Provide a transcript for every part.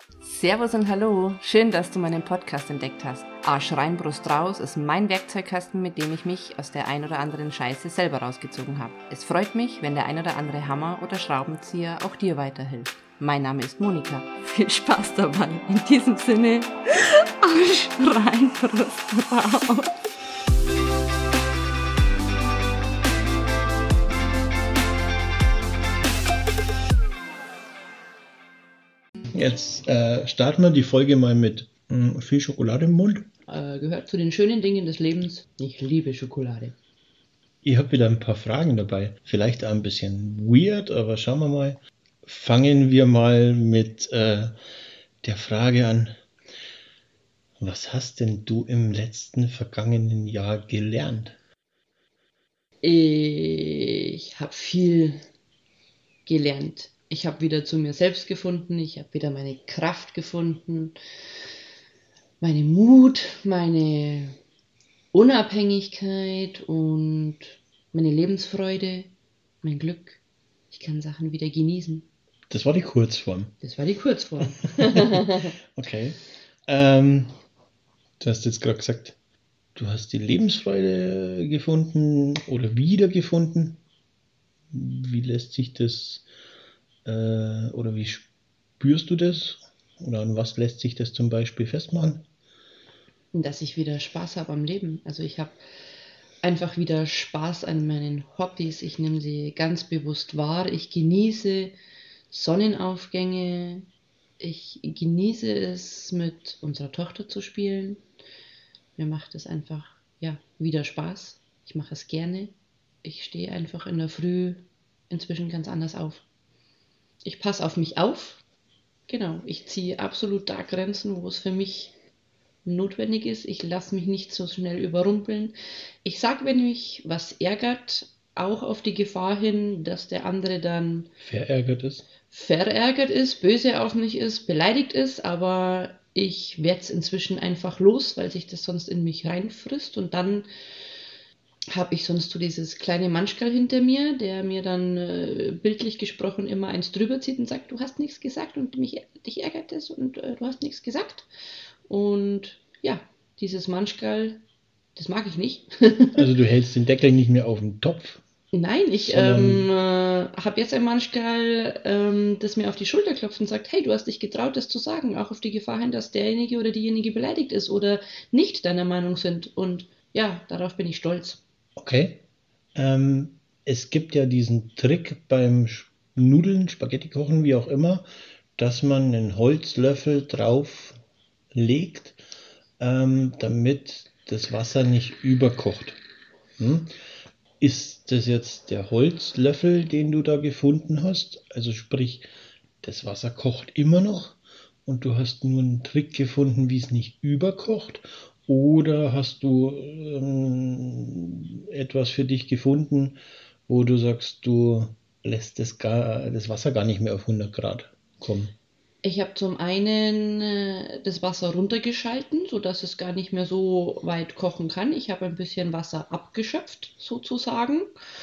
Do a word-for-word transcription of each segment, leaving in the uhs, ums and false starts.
Servus und hallo, schön, dass du meinen Podcast entdeckt hast. Arsch rein, Brust raus ist mein Werkzeugkasten, mit dem ich mich aus der ein oder anderen Scheiße selber rausgezogen habe. Es freut mich, wenn der ein oder andere Hammer oder Schraubenzieher auch dir weiterhilft. Mein Name ist Monika. Viel Spaß dabei. In diesem Sinne, Arsch rein, Brust raus. Jetzt äh, starten wir die Folge mal mit mh, viel Schokolade im Mund. Äh, gehört zu den schönen Dingen des Lebens. Ich liebe Schokolade. Ich habe wieder ein paar Fragen dabei. Vielleicht auch ein bisschen weird, aber schauen wir mal. Fangen wir mal mit äh, der Frage an. Was hast denn du im letzten vergangenen Jahr gelernt? Ich habe viel gelernt. Ich habe wieder zu mir selbst gefunden. Ich habe wieder meine Kraft gefunden. Meine Mut, meine Unabhängigkeit und meine Lebensfreude, mein Glück. Ich kann Sachen wieder genießen. Das war die Kurzform. Das war die Kurzform. Okay. Ähm, du hast jetzt gerade gesagt, du hast die Lebensfreude gefunden oder wiedergefunden. Wie lässt sich das äh, oder wie spürst du das? Oder an was lässt sich das zum Beispiel festmachen? Dass ich wieder Spaß habe am Leben. Also ich habe einfach wieder Spaß an meinen Hobbys. Ich nehme sie ganz bewusst wahr. Ich genieße Sonnenaufgänge. Ich genieße es, mit unserer Tochter zu spielen. Mir macht es einfach ja, wieder Spaß. Ich mache es gerne. Ich stehe einfach in der Früh inzwischen ganz anders auf. Ich passe auf mich auf. Genau, ich ziehe absolut da Grenzen, wo es für mich notwendig ist. Ich lasse mich nicht so schnell überrumpeln. Ich sage, wenn mich was ärgert, auch auf die Gefahr hin, dass der andere dann Verärgert ist. verärgert ist, böse auf mich ist, beleidigt ist, aber ich werde es inzwischen einfach los, weil sich das sonst in mich reinfrisst und dann habe ich sonst so dieses kleine Manschkerl hinter mir, der mir dann äh, bildlich gesprochen immer eins drüber zieht und sagt, du hast nichts gesagt und mich, dich ärgert es und äh, du hast nichts gesagt. Und ja, dieses Manschkerl, das mag ich nicht. Also du hältst den Deckel nicht mehr auf dem Topf. Nein, ich ähm, äh, habe jetzt ein Manschkerl, ähm, das mir auf die Schulter klopft und sagt, hey, du hast dich getraut, das zu sagen, auch auf die Gefahr hin, dass derjenige oder diejenige beleidigt ist oder nicht deiner Meinung sind. Und ja, darauf bin ich stolz. Okay. Ähm, es gibt ja diesen Trick beim Nudeln, Spaghetti kochen, wie auch immer, dass man einen Holzlöffel drauf legt, ähm, damit das Wasser nicht überkocht. Hm? Ist das jetzt der Holzlöffel, den du da gefunden hast? Also sprich, das Wasser kocht immer noch und du hast nur einen Trick gefunden, wie es nicht überkocht? Oder hast du ähm, etwas für dich gefunden, wo du sagst, du lässt das, gar, das Wasser gar nicht mehr auf hundert Grad kommen? Ich habe zum einen äh, das Wasser runtergeschalten, sodass es gar nicht mehr so weit kochen kann. Ich habe ein bisschen Wasser abgeschöpft, sozusagen,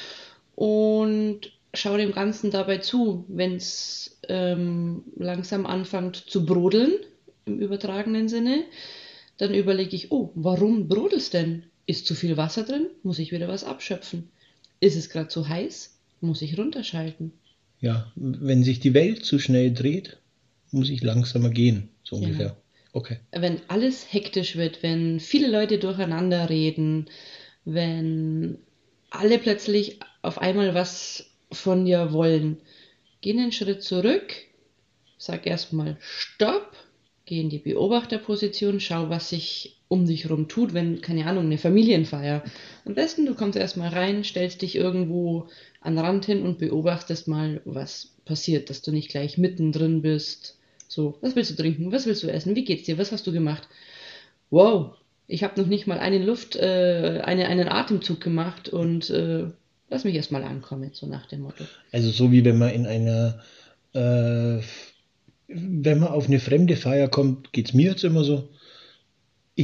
und schaue dem Ganzen dabei zu, wenn es ähm, langsam anfängt zu brodeln, im übertragenen Sinne. Dann überlege ich, oh, warum brodelt's denn? Ist zu viel Wasser drin? Muss ich wieder was abschöpfen? Ist es gerade zu heiß? Muss ich runterschalten? Ja, wenn sich die Welt zu schnell dreht, muss ich langsamer gehen, so ungefähr. Genau. Okay. Wenn alles hektisch wird, wenn viele Leute durcheinander reden, wenn alle plötzlich auf einmal was von dir wollen, geh einen Schritt zurück, sag erstmal Stopp, geh in die Beobachterposition, schau, was sich um dich herum tut, wenn, keine Ahnung, eine Familienfeier. Am besten, du kommst erstmal rein, stellst dich irgendwo an den Rand hin und beobachtest mal, was passiert, dass du nicht gleich mittendrin bist. So, was willst du trinken? Was willst du essen? Wie geht's dir? Was hast du gemacht? Wow, ich habe noch nicht mal eine Luft, äh, eine, einen Atemzug gemacht und äh, lass mich erstmal ankommen, so nach dem Motto. Also so wie wenn man in einer, äh, wenn man auf eine fremde Feier kommt, geht es mir jetzt immer so. Ich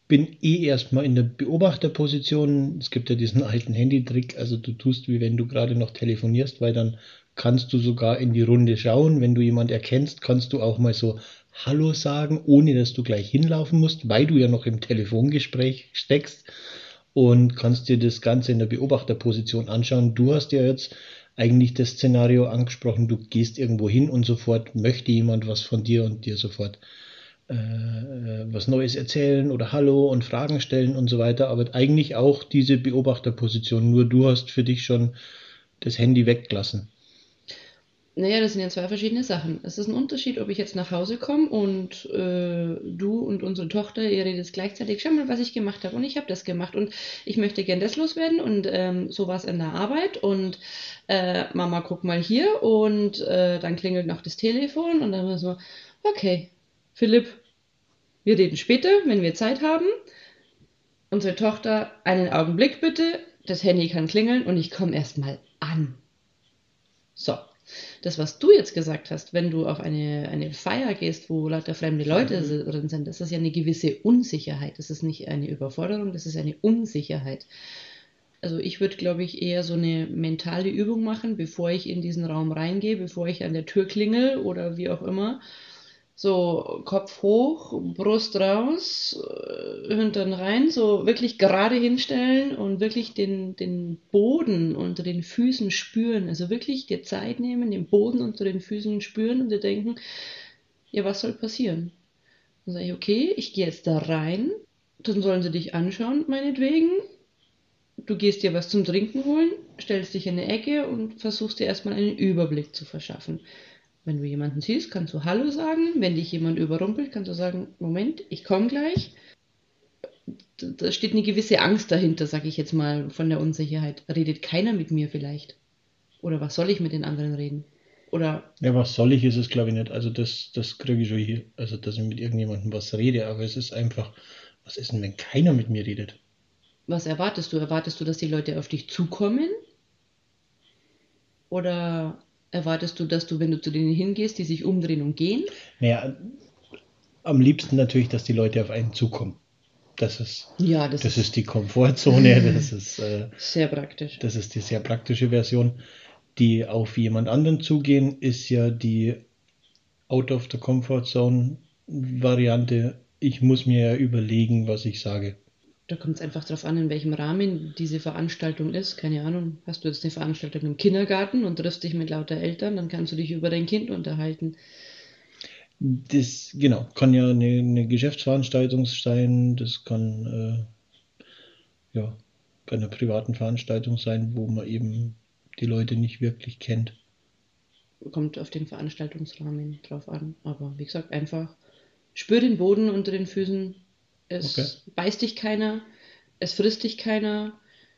bin eh erstmal in der Beobachterposition. Es gibt ja diesen alten Handytrick, also du tust, wie wenn du gerade noch telefonierst, weil dann kannst du sogar in die Runde schauen. Wenn du jemand erkennst, kannst du auch mal so Hallo sagen, ohne dass du gleich hinlaufen musst, weil du ja noch im Telefongespräch steckst und kannst dir das Ganze in der Beobachterposition anschauen. Du hast ja jetzt eigentlich das Szenario angesprochen, du gehst irgendwo hin und sofort möchte jemand was von dir und dir sofort äh, was Neues erzählen oder Hallo und Fragen stellen und so weiter, aber eigentlich auch diese Beobachterposition, nur du hast für dich schon das Handy weggelassen. Naja, das sind ja zwei verschiedene Sachen. Es ist ein Unterschied, ob ich jetzt nach Hause komme und äh, du und unsere Tochter, ihr redet gleichzeitig, schau mal, was ich gemacht habe und ich habe das gemacht und ich möchte gern das loswerden und ähm, so war es in der Arbeit und äh, Mama, guck mal hier und äh, dann klingelt noch das Telefon und dann war so, okay, Philipp, wir reden später, wenn wir Zeit haben. Unsere Tochter, einen Augenblick bitte, das Handy kann klingeln und ich komme erstmal an. So. Das, was du jetzt gesagt hast, wenn du auf eine, eine Feier gehst, wo lauter fremde Leute drin sind, das ist ja eine gewisse Unsicherheit. Das ist nicht eine Überforderung, das ist eine Unsicherheit. Also ich würde, glaube ich, eher so eine mentale Übung machen, bevor ich in diesen Raum reingehe, bevor ich an der Tür klingel oder wie auch immer. So Kopf hoch, Brust raus, Hintern rein, so wirklich gerade hinstellen und wirklich den, den Boden unter den Füßen spüren. Also wirklich dir Zeit nehmen, den Boden unter den Füßen spüren und dir denken, ja, was soll passieren? Dann sage ich, okay, ich gehe jetzt da rein, dann sollen sie dich anschauen, meinetwegen. Du gehst dir was zum Trinken holen, stellst dich in eine Ecke und versuchst dir erstmal einen Überblick zu verschaffen. Wenn du jemanden siehst, kannst du Hallo sagen. Wenn dich jemand überrumpelt, kannst du sagen, Moment, ich komme gleich. Da steht eine gewisse Angst dahinter, sage ich jetzt mal, von der Unsicherheit. Redet keiner mit mir vielleicht? Oder was soll ich mit den anderen reden? Oder Ja, was soll ich, ist es glaube ich nicht. Also das, das kriege ich schon hier. Also, dass ich mit irgendjemandem was rede, aber es ist einfach, was ist denn, wenn keiner mit mir redet? was erwartest du? Erwartest du, dass die Leute auf dich zukommen? Oder erwartest du, dass du, wenn du zu denen hingehst, die sich umdrehen und gehen? Naja, am liebsten natürlich, dass die Leute auf einen zukommen. Das ist, Ja, das, das ist ist die Komfortzone, das ist, äh, sehr praktisch. das ist die sehr praktische Version. Die auf jemand anderen zugehen, ist ja die Out of the Comfort Zone Variante. Ich muss mir ja überlegen, was ich sage. Da kommt es einfach darauf an, in welchem Rahmen diese Veranstaltung ist. Keine Ahnung, hast du jetzt eine Veranstaltung im Kindergarten und triffst dich mit lauter Eltern, dann kannst du dich über dein Kind unterhalten. Das, genau, kann ja eine, eine Geschäftsveranstaltung sein, das kann äh, ja, bei einer privaten Veranstaltung sein, wo man eben die Leute nicht wirklich kennt. Kommt auf den Veranstaltungsrahmen drauf an. Aber wie gesagt, einfach spür den Boden unter den Füßen. Es Okay. beißt dich keiner, es frisst dich keiner.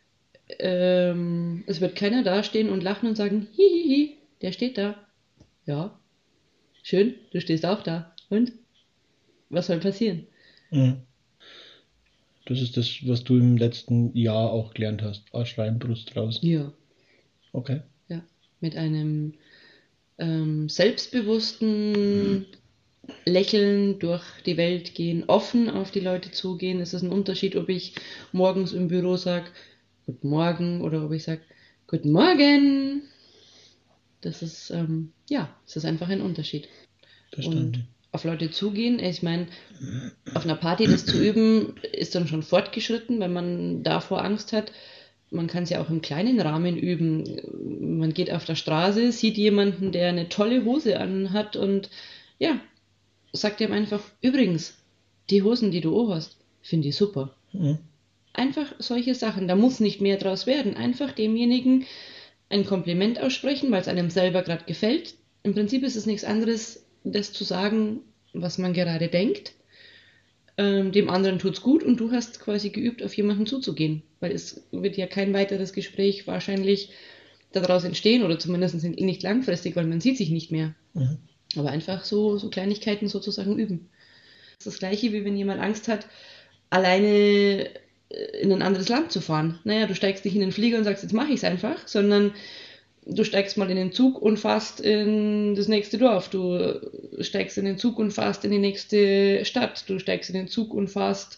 Ähm, es wird keiner dastehen und lachen und sagen, hihihi, der steht da. Ja, schön, du stehst auch da. Und? Was soll passieren? Mhm. Das ist das, was du im letzten Jahr auch gelernt hast. Arsch rein, Brust raus. Ja, Okay. ja. Mit einem ähm, selbstbewussten Lächeln durch die Welt gehen, offen auf die Leute zugehen. Es ist ein Unterschied, ob ich morgens im Büro sage, Guten Morgen, oder ob ich sage, Guten Morgen. Das ist, ähm, ja, es ist einfach ein Unterschied. Verstanden. Und auf Leute zugehen, ich meine, auf einer Party das zu üben, ist dann schon fortgeschritten, wenn man davor Angst hat. Man kann es ja auch im kleinen Rahmen üben. Man geht auf der Straße, sieht jemanden, der eine tolle Hose anhat und ja, sagt ihm einfach, übrigens, die Hosen, die du hast, finde ich super. Mhm. Einfach solche Sachen, da muss nicht mehr draus werden. Einfach demjenigen ein Kompliment aussprechen, weil es einem selber gerade gefällt. Im Prinzip ist es nichts anderes, das zu sagen, was man gerade denkt. Ähm, dem anderen tut's gut und du hast quasi geübt, auf jemanden zuzugehen. Weil es wird ja kein weiteres Gespräch wahrscheinlich daraus entstehen oder zumindest nicht langfristig, weil man sieht sich nicht mehr. Mhm. Aber einfach so, so Kleinigkeiten sozusagen üben. Das ist das Gleiche, wie wenn jemand Angst hat, alleine in ein anderes Land zu fahren. Naja, du steigst nicht in den Flieger und sagst, jetzt mache ich es einfach, sondern du steigst mal in den Zug und fährst in das nächste Dorf. Du steigst in den Zug und fährst in die nächste Stadt. Du steigst in den Zug und fährst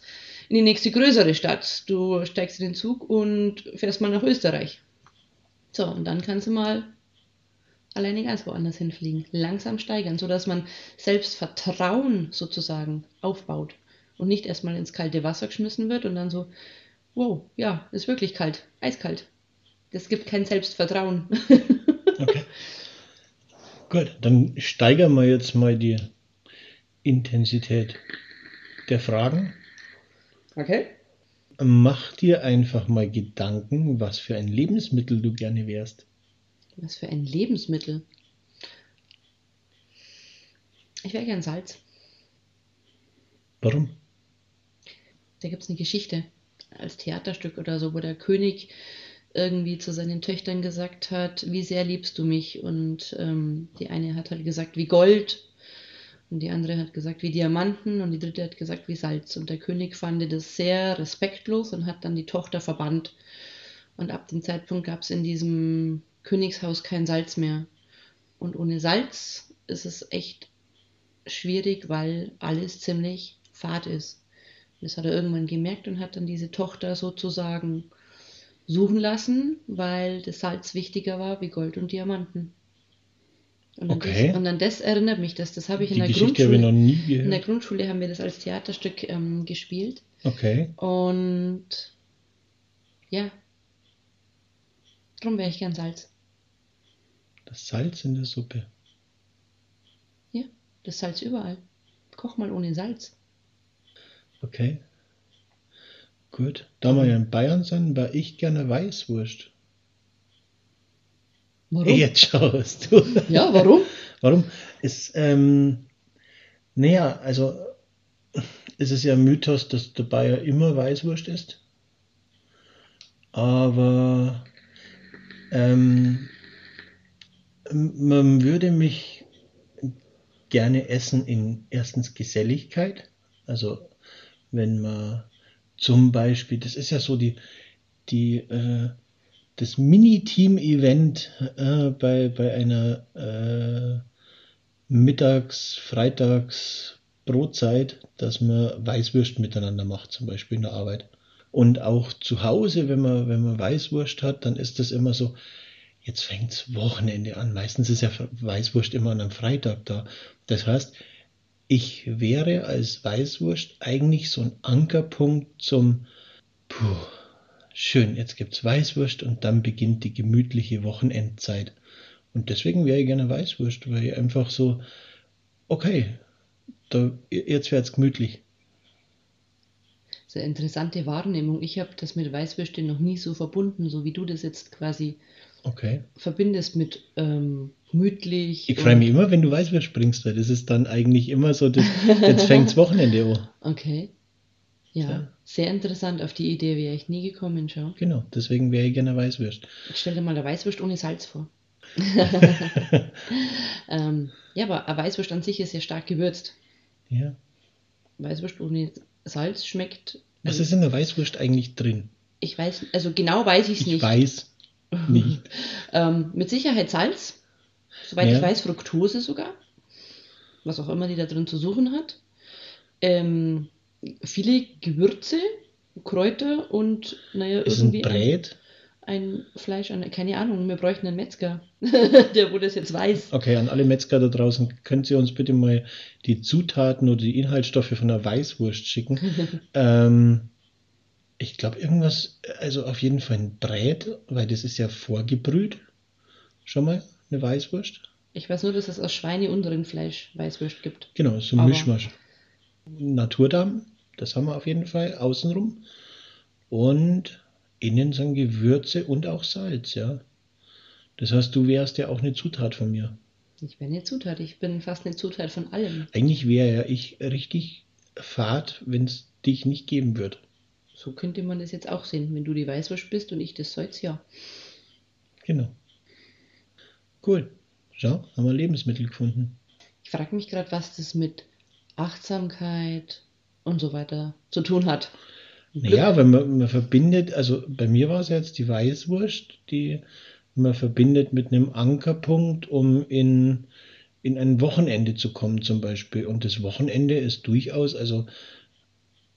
in die nächste größere Stadt. Du steigst in den Zug und fährst mal nach Österreich. So, und dann kannst du mal alleine ganz woanders hinfliegen. Langsam steigern, sodass man Selbstvertrauen sozusagen aufbaut und nicht erstmal ins kalte Wasser geschmissen wird und dann so, wow, ja, ist wirklich kalt, eiskalt. Das gibt kein Selbstvertrauen. Okay. Gut, dann steigern wir jetzt mal die Intensität der Fragen. Okay. Mach dir einfach mal Gedanken, was für ein Lebensmittel du gerne wärst. Was für ein Lebensmittel. Ich wäre gern Salz. Warum? Da gibt es eine Geschichte als Theaterstück oder so, wo der König irgendwie zu seinen Töchtern gesagt hat, wie sehr liebst du mich? Und ähm, die eine hat halt gesagt, wie Gold. Und die andere hat gesagt, wie Diamanten. Und die dritte hat gesagt, wie Salz. Und der König fand das sehr respektlos und hat dann die Tochter verbannt. Und ab dem Zeitpunkt gab es in diesem Königshaus kein Salz mehr. Und ohne Salz ist es echt schwierig, weil alles ziemlich fad ist. Das hat er irgendwann gemerkt und hat dann diese Tochter sozusagen suchen lassen, weil das Salz wichtiger war wie Gold und Diamanten. Und, okay. an, das, und an das erinnert mich das. Das habe ich Die in der Geschichte habe ich Grundschule. noch nie gehört. In der Grundschule haben wir das als Theaterstück ähm, gespielt. Okay. Und ja, darum wäre ich gern Salz. Das Salz in der Suppe. Ja, das Salz überall. Koch mal ohne Salz. Okay. Gut. Da wir ja in Bayern sind, war ich gerne Weißwurst. Warum? Jetzt schaust du. Ja, warum? Warum? Ist, ähm, naja, also es ist ja ein Mythos, dass der Bayer immer Weißwurst isst. Aber ähm, man würde mich gerne essen in erstens Geselligkeit. Also wenn man zum Beispiel, das ist ja so die, die äh, das Mini-Team-Event äh, bei, bei einer äh, Mittags-, Freitags-, Brotzeit, dass man Weißwurst miteinander macht, zum Beispiel in der Arbeit. Und auch zu Hause, wenn man, wenn man Weißwurst hat, dann ist das immer so, jetzt fängt's Wochenende an. Meistens ist ja Weißwurst immer an einem Freitag da. Das heißt, ich wäre als Weißwurst eigentlich so ein Ankerpunkt zum puh, schön, jetzt gibt's Weißwurst und dann beginnt die gemütliche Wochenendzeit. Und deswegen wäre ich gerne Weißwurst, weil ich einfach so, okay, da, jetzt wird's gemütlich. Das ist eine interessante Wahrnehmung. Ich habe das mit Weißwürste noch nie so verbunden, so wie du das jetzt quasi Okay. verbindest mit ähm, gemütlich. Ich freue mich immer, wenn du Weißwurst bringst, weil das ist dann eigentlich immer so, das, jetzt fängt's Wochenende an. Okay. Ja, Ja. sehr interessant. Auf die Idee wäre ich nie gekommen, schau. Genau, deswegen wäre ich gerne Weißwurst. Jetzt stell dir mal eine Weißwurst ohne Salz vor. ähm, ja, aber eine Weißwurst an sich ist ja stark gewürzt. Ja. Weißwurst ohne Salz schmeckt. Was also, ist in der Weißwurst eigentlich drin? Ich weiß, also genau weiß ich es Ich nicht. weiß nicht. ähm, mit Sicherheit Salz. Soweit Ja. ich weiß, Fructose sogar. Was auch immer die da drin zu suchen hat. Ähm, viele Gewürze, Kräuter und naja, Ist ein irgendwie ein, Brät? ein Fleisch, eine, keine Ahnung, wir bräuchten einen Metzger, der wo das jetzt weiß. Okay, an alle Metzger da draußen, könnt ihr uns bitte mal die Zutaten oder die Inhaltsstoffe von der Weißwurst schicken? ähm, ich glaube irgendwas, also auf jeden Fall ein Brät, weil das ist ja vorgebrüht. Schon mal eine Weißwurst? Ich weiß nur, dass es aus Schweine- und Rindfleisch Weißwurst gibt. Genau, so ein Aber- Mischmasch. Naturdarm, das haben wir auf jeden Fall, außenrum. Und innen sind Gewürze und auch Salz, ja. Das heißt, du wärst ja auch eine Zutat von mir. Ich bin eine Zutat, ich bin fast eine Zutat von allem. Eigentlich wäre ja ich richtig fad, wenn es dich nicht geben würde. So könnte man das jetzt auch sehen, wenn du die Weißwurst bist und ich das Salz, ja. Genau. Cool. Schau, haben wir Lebensmittel gefunden. Ich frage mich gerade, was das mit Achtsamkeit und so weiter zu tun hat. Naja, weil man, man verbindet, also bei mir war es jetzt die Weißwurst, die man verbindet mit einem Ankerpunkt, um in, in ein Wochenende zu kommen zum Beispiel. Und das Wochenende ist durchaus, also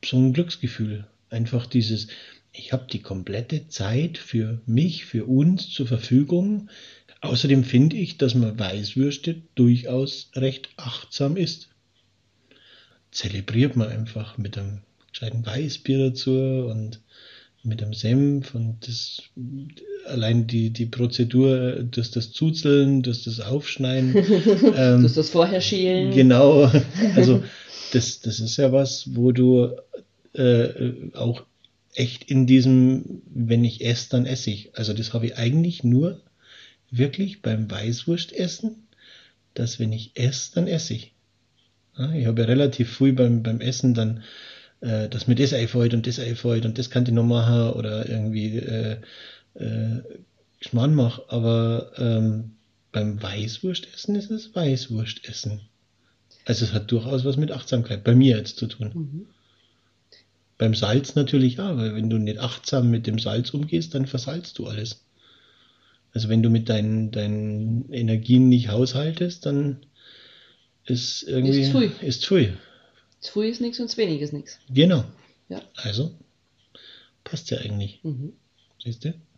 so ein Glücksgefühl. Einfach dieses, ich habe die komplette Zeit für mich, für uns zur Verfügung. Außerdem finde ich, dass man Weißwürste durchaus recht achtsam isst. Zelebriert man einfach mit einem gescheiten Weißbier dazu und mit einem Senf und das, allein die, die Prozedur, dass das Zuzeln, dass das Aufschneiden. ähm, dass das vorher schälen. Genau, also das, das ist ja was, wo du äh, auch echt in diesem, wenn ich esse, dann esse ich. Also das habe ich eigentlich nur wirklich beim Weißwurstessen, dass wenn ich esse, dann esse ich. Ja, ich habe ja relativ früh beim, beim Essen dann, äh, dass mir das einfällt und das einfällt und das kann ich noch machen oder irgendwie äh, äh, Schmarrn mache. Aber ähm, beim Weißwurstessen ist es Weißwurstessen. Also es hat durchaus was mit Achtsamkeit bei mir jetzt zu tun. Mhm. Beim Salz natürlich auch, weil wenn du nicht achtsam mit dem Salz umgehst, dann versalzt du alles. Also wenn du mit deinen, deinen Energien nicht haushaltest, dann ist irgendwie... Ist pfui. Ist pfui. Zu viel ist nichts und zu wenig ist nichts. Genau. Ja. Also passt ja eigentlich. Mhm. Siehst du?